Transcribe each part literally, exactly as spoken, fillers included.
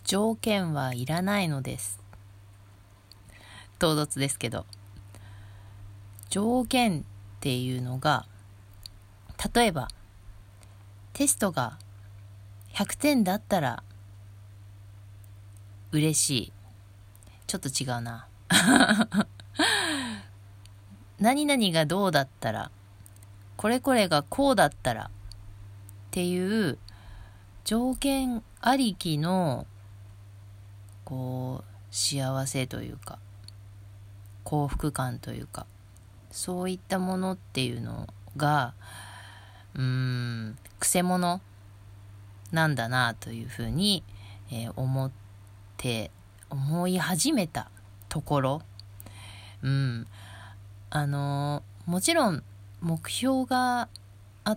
条件はいらないのです。唐突ですけど、条件っていうのが、例えばテストがひゃくてんだったら嬉しい。ちょっと違うな何々がどうだったら、これこれがこうだったらっていう条件ありきのこう幸せというか幸福感というか、そういったものっていうのがうーんくせ者なんだなというふうに、えー思って思い始めたところ、うんあのーもちろん目標があって、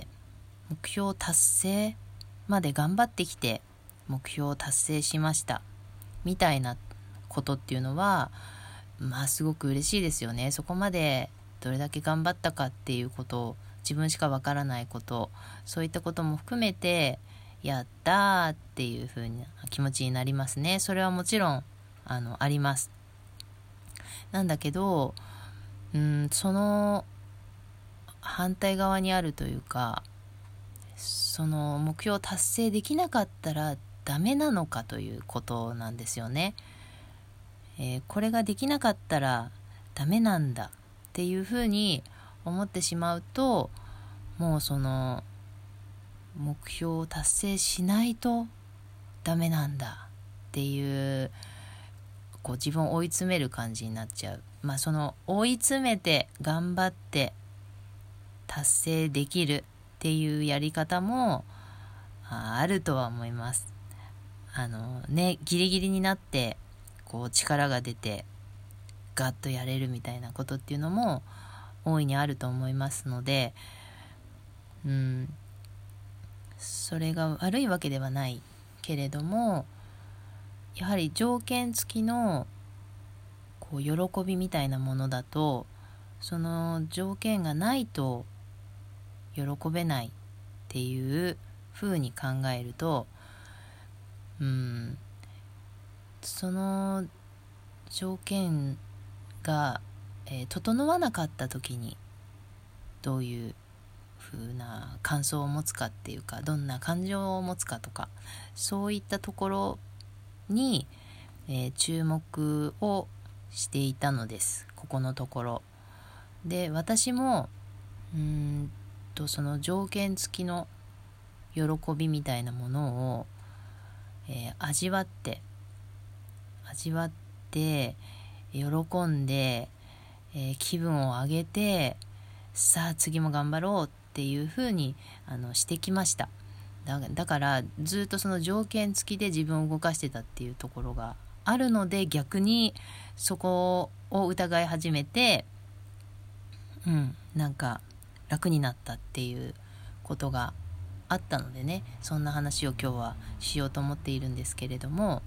目標達成まで頑張ってきて目標を達成しましたみたいなことっていうのは、まあすごく嬉しいですよね。そこまでどれだけ頑張ったかっていうことを、自分しかわからないこと、そういったことも含めてやったーっていう風な気持ちになりますね。それはもちろんあのあります。なんだけど、うん、その反対側にあるというか、その目標を達成できなかったらダメなのかということなんですよね。えーこれができなかったらダメなんだっていうふうに思ってしまうと、もうその目標を達成しないとダメなんだっていう、こう自分を追い詰める感じになっちゃう。まあその追い詰めて頑張って達成できるっていうやり方もああるとは思います。あのね、ギリギリになってこう力が出てガッとやれるみたいなことっていうのも大いにあると思いますので、うんそれが悪いわけではないけれども、やはり条件付きのこう喜びみたいなものだと、その条件がないと喜べないっていう風に考えると、うんその条件が、えー整わなかった時にどういう風な感想を持つかっていうか、どんな感情を持つかとか、そういったところに、えー注目をしていたのです、ここのところで。私もうーんとその条件付きの喜びみたいなものを、えー味わって味わって喜んで、えー気分を上げて、さあ次も頑張ろうっていう風にあのしてきました。だだからずっとその条件付きで自分を動かしてたっていうところがあるので、逆にそこを疑い始めて、うんなんか楽になったっていうことがあったのでね、そんな話を今日はしようと思っているんですけれども、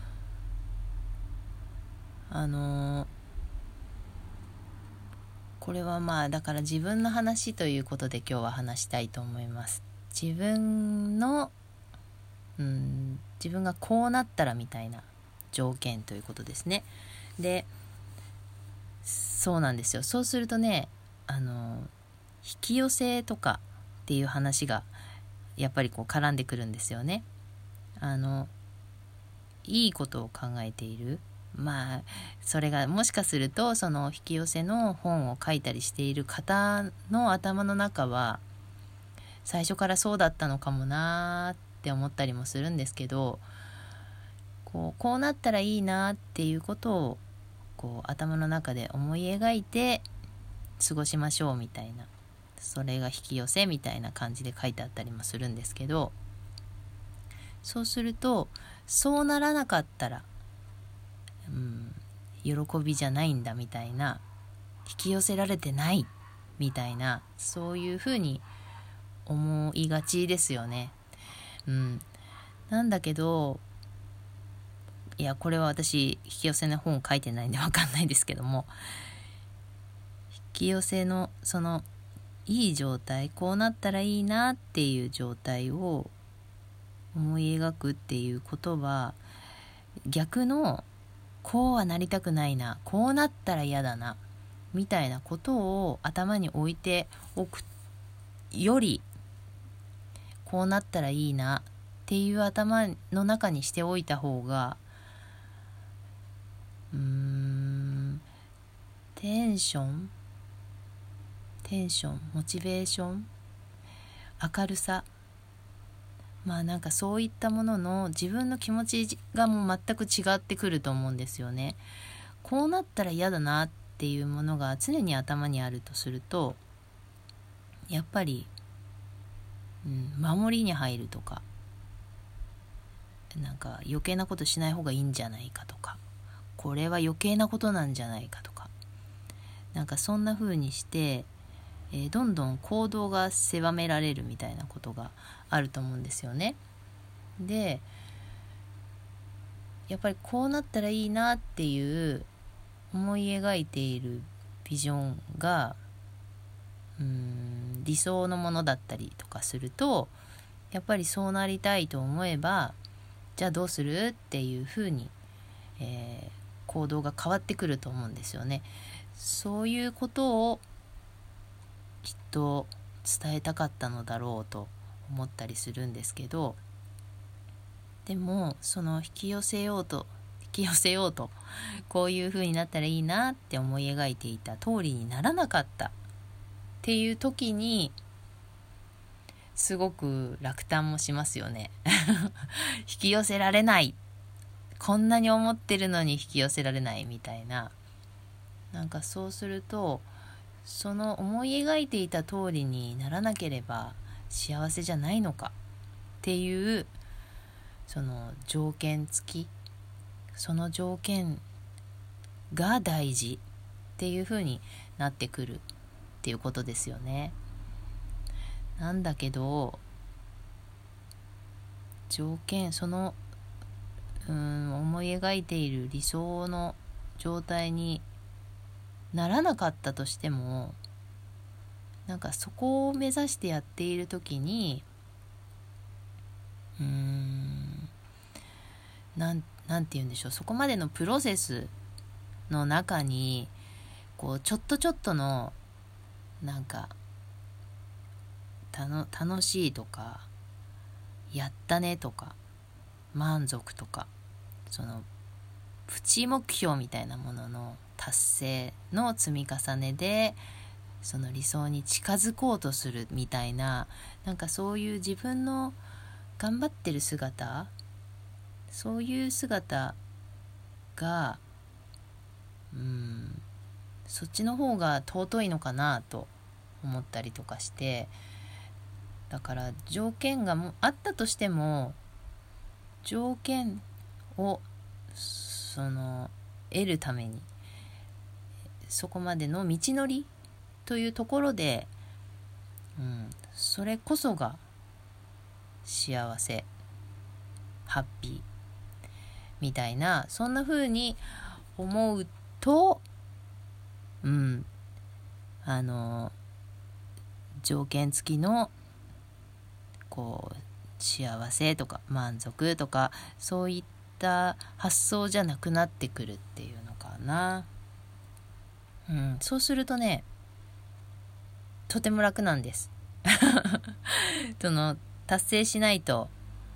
あのーこれはまあだから自分の話ということで今日は話したいと思います。自分のうん自分がこうなったらみたいな条件ということですね。で、そうなんですよ。そうするとね、あの引き寄せとかっていう話がやっぱりこう絡んでくるんですよね。あのいいことを考えている、まあそれがもしかするとその引き寄せの本を書いたりしている方の頭の中は最初からそうだったのかもなーって思ったりもするんですけど、こう、こうなったらいいなっていうことをこう頭の中で思い描いて過ごしましょうみたいな、それが引き寄せみたいな感じで書いてあったりもするんですけど、そうするとそうならなかったらうん喜びじゃないんだみたいな、引き寄せられてないみたいな、そういうふうに思いがちですよね。うんなんだけど、いやこれは私引き寄せの本を書いてないんでわかんないですけども、引き寄せのそのいい状態、こうなったらいいなっていう状態を思い描くっていうことは、 逆のこうはなりたくないな、こうなったら嫌だなみたいなことを頭に置いておくより、こうなったらいいなっていう頭の中にしておいた方が、うーんテンションテンションモチベーション、明るさ、まあなんかそういったものの自分の気持ちがもう全く違ってくると思うんですよね。こうなったら嫌だなっていうものが常に頭にあるとすると、やっぱり、うん、守りに入るとか、なんか余計なことしない方がいいんじゃないかとか、これは余計なことなんじゃないかとか、なんかそんな風にして、えー、どんどん行動が狭められるみたいなことがあると思うんですよね。で、やっぱりこうなったらいいなっていう思い描いているビジョンがうーん理想のものだったりとかすると、やっぱりそうなりたいと思えば、じゃあどうするっていうふうに、えー、行動が変わってくると思うんですよね。そういうことをきっと伝えたかったのだろうと思ったりするんですけど、でもその引き寄せようと引き寄せようとこういう風になったらいいなって思い描いていた通りにならなかったっていう時に、すごく落胆もしますよね引き寄せられない、こんなに思ってるのに引き寄せられないみたいな、なんかそうすると、その思い描いていた通りにならなければ幸せじゃないのかっていう、その条件付き、その条件が大事っていう風になってくるっていうことですよね。なんだけど条件、そのうーん思い描いている理想の状態にならなかったとしても、なんかそこを目指してやっているときに、うーんなんなんて言うんでしょう、そこまでのプロセスの中にこうちょっとちょっとのなんかたの楽しいとか、やったねとか、満足とか、そのプチ目標みたいなものの達成の積み重ねで、その理想に近づこうとするみたいな、なんかそういう自分の頑張ってる姿、そういう姿がうーんそっちの方が尊いのかなと思ったりとかして、だから条件がもあったとしても、条件をその得るためにそこまでの道のりというところで、うん、それこそが幸せ、ハッピーみたいな、そんな風に思うと、うんあの条件付きのこう幸せとか満足とか、そういった発想じゃなくなってくるっていうのかな。うん、そうするとね、とても楽なんですその達成しないと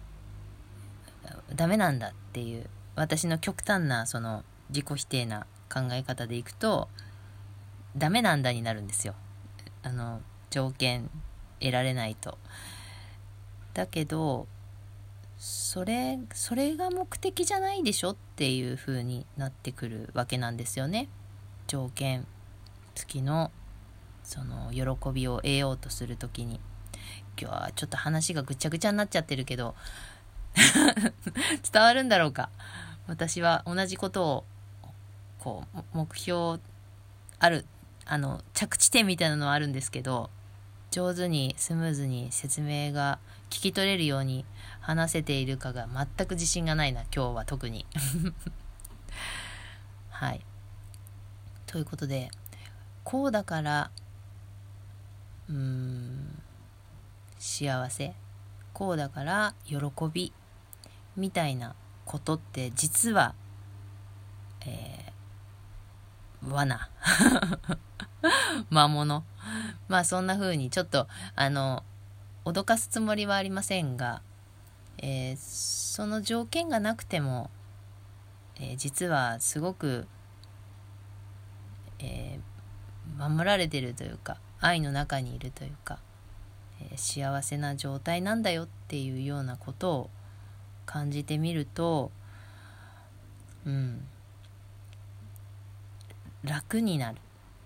ダメなんだっていう、私の極端なその自己否定な考え方でいくと、ダメなんだになるんですよ。あの条件得られないと。だけどそれそれが目的じゃないでしょっていう風になってくるわけなんですよね。条件付きのその喜びを得ようとするときに、今日はちょっと話がぐちゃぐちゃになっちゃってるけど伝わるんだろうか。私は同じことをこう目標ある、あの着地点みたいなのはあるんですけど、上手にスムーズに説明が聞き取れるように話せているかが全く自信がないな、今日は特にはい、ということで、こうだからうーん幸せ、こうだから喜びみたいなことって実は、えー、罠魔物、まあそんな風にちょっとあの脅かすつもりはありませんが、えー、その条件がなくても、えー、実はすごく、えー、守られてるというか愛の中にいるというか、えー、幸せな状態なんだよっていうようなことを感じてみると、うん楽になる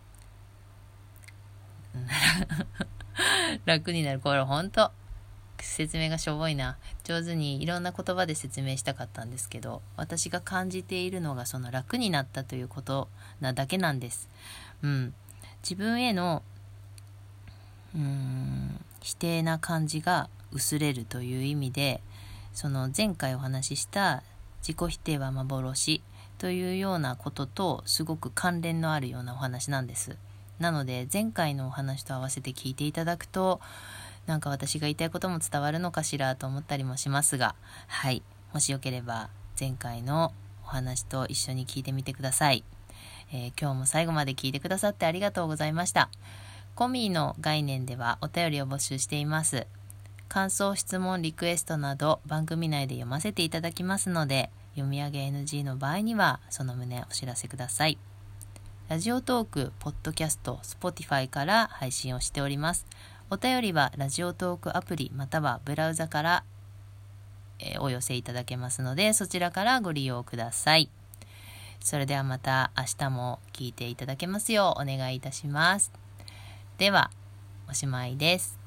楽になる。これほんと説明がしょぼいな。上手にいろんな言葉で説明したかったんですけど、私が感じているのがその楽になったということなだけなんです。うん、自分へのうーん否定な感じが薄れるという意味で、その前回お話しした自己否定は幻というようなこととすごく関連のあるようなお話なんです。なので前回のお話と合わせて聞いていただくと、なんか私が言いたいことも伝わるのかしらと思ったりもしますが、はい、もしよければ前回のお話と一緒に聞いてみてください。えー、今日も最後まで聞いてくださってありがとうございました。コミーの概念ではお便りを募集しています。感想、質問、リクエストなど番組内で読ませていただきますので、読み上げ エヌジー の場合にはその旨お知らせください。ラジオトーク、ポッドキャスト、Spotify から配信をしております。お便りはラジオトークアプリまたはブラウザから、えー、お寄せいただけますので、そちらからご利用ください。それではまた明日も聞いていただけますようお願いいたします。ではおしまいです。